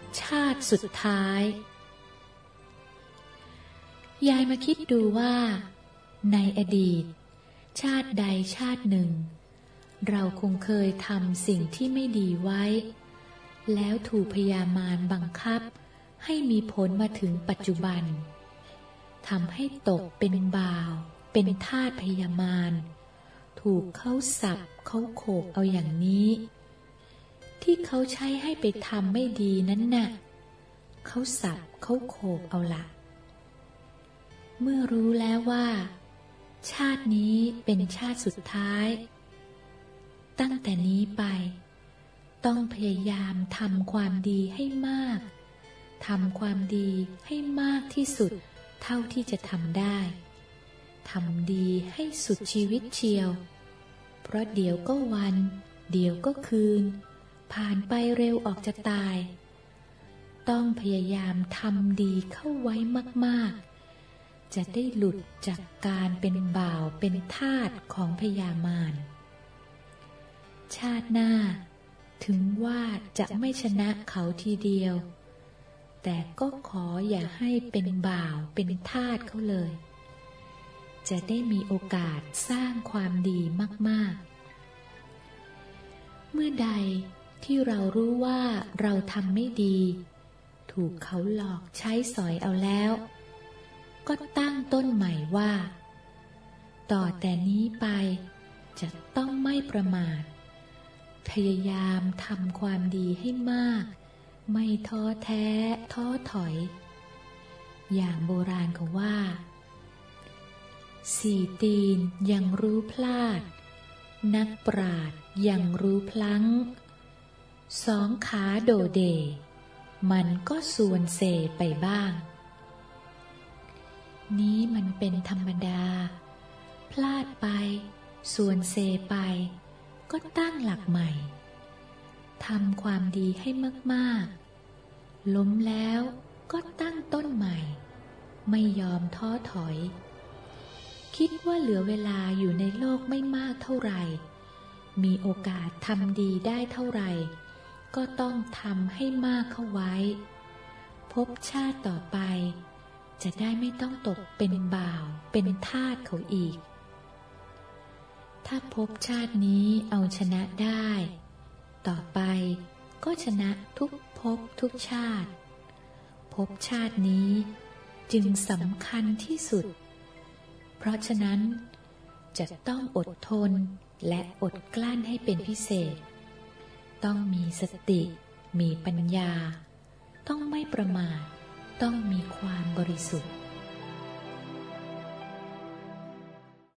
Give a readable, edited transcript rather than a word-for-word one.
ชาติสุดท้ายยายมาคิดดูว่าในอดีตชาติใดชาติหนึ่งเราคงเคยทำสิ่งที่ไม่ดีไว้แล้วถูกพยามารบังคับให้มีผลมาถึงปัจจุบันทำให้ตกเป็นบ่าวเป็นทาสพยามารถูกเขาสับเขาโขกเอาอย่างนี้ที่เขาใช้ให้ไปทำไม่ดีนั้นน่ะเขาสับเขาโขกเอาละเมื่อรู้แล้วว่าชาตินี้เป็นชาติสุดท้ายตั้งแต่นี้ไปต้องพยายามทำความดีให้มากทำความดีให้มากที่สุดเท่าที่จะทำได้ทำดีให้สุดชีวิตเชียวเพราะเดี๋ยวก็วันเดี๋ยวก็คืนผ่านไปเร็วออกจะตายต้องพยายามทำดีเข้าไว้มากๆจะได้หลุดจากการเป็นบ่าวเป็นทาสของพยามารชาติหน้าถึงว่าจะไม่ชนะเขาทีเดียวแต่ก็ขออย่าให้เป็นบ่าวเป็นทาสเขาเลยจะได้มีโอกาสสร้างความดีมากๆเมื่อใดที่เรารู้ว่าเราทำไม่ดีถูกเขาหลอกใช้สอยเอาแล้วก็ตั้งต้นใหม่ว่าต่อแต่นี้ไปจะต้องไม่ประมาทพยายามทำความดีให้มากไม่ท้อแท้ท้อถอยอย่างโบราณเขาว่าสี่ตีนยังรู้พลาดนักปราชญ์ยังรู้พลั้งสองขาโดเดมันก็ส่วนเซไปบ้างนี้มันเป็นธรรมดาพลาดไปส่วนเซไปก็ตั้งหลักใหม่ทำความดีให้มากๆล้มแล้วก็ตั้งต้นใหม่ไม่ยอมท้อถอยคิดว่าเหลือเวลาอยู่ในโลกไม่มากเท่าไหร่มีโอกาสทำดีได้เท่าไหร่ก็ต้องทำให้มากเข้าไว้ภพชาติต่อไปจะได้ไม่ต้องตกเป็นบ่าวเป็นทาสเขาอีกถ้าภพชาตินี้เอาชนะได้ต่อไปก็ชนะทุกภพทุกชาติภพชาตินี้จึงสำคัญที่สุดเพราะฉะนั้นจะต้องอดทนและอดกลั้นให้เป็นพิเศษต้องมีสติมีปัญญาต้องไม่ประมาทต้องมีความบริสุทธิ์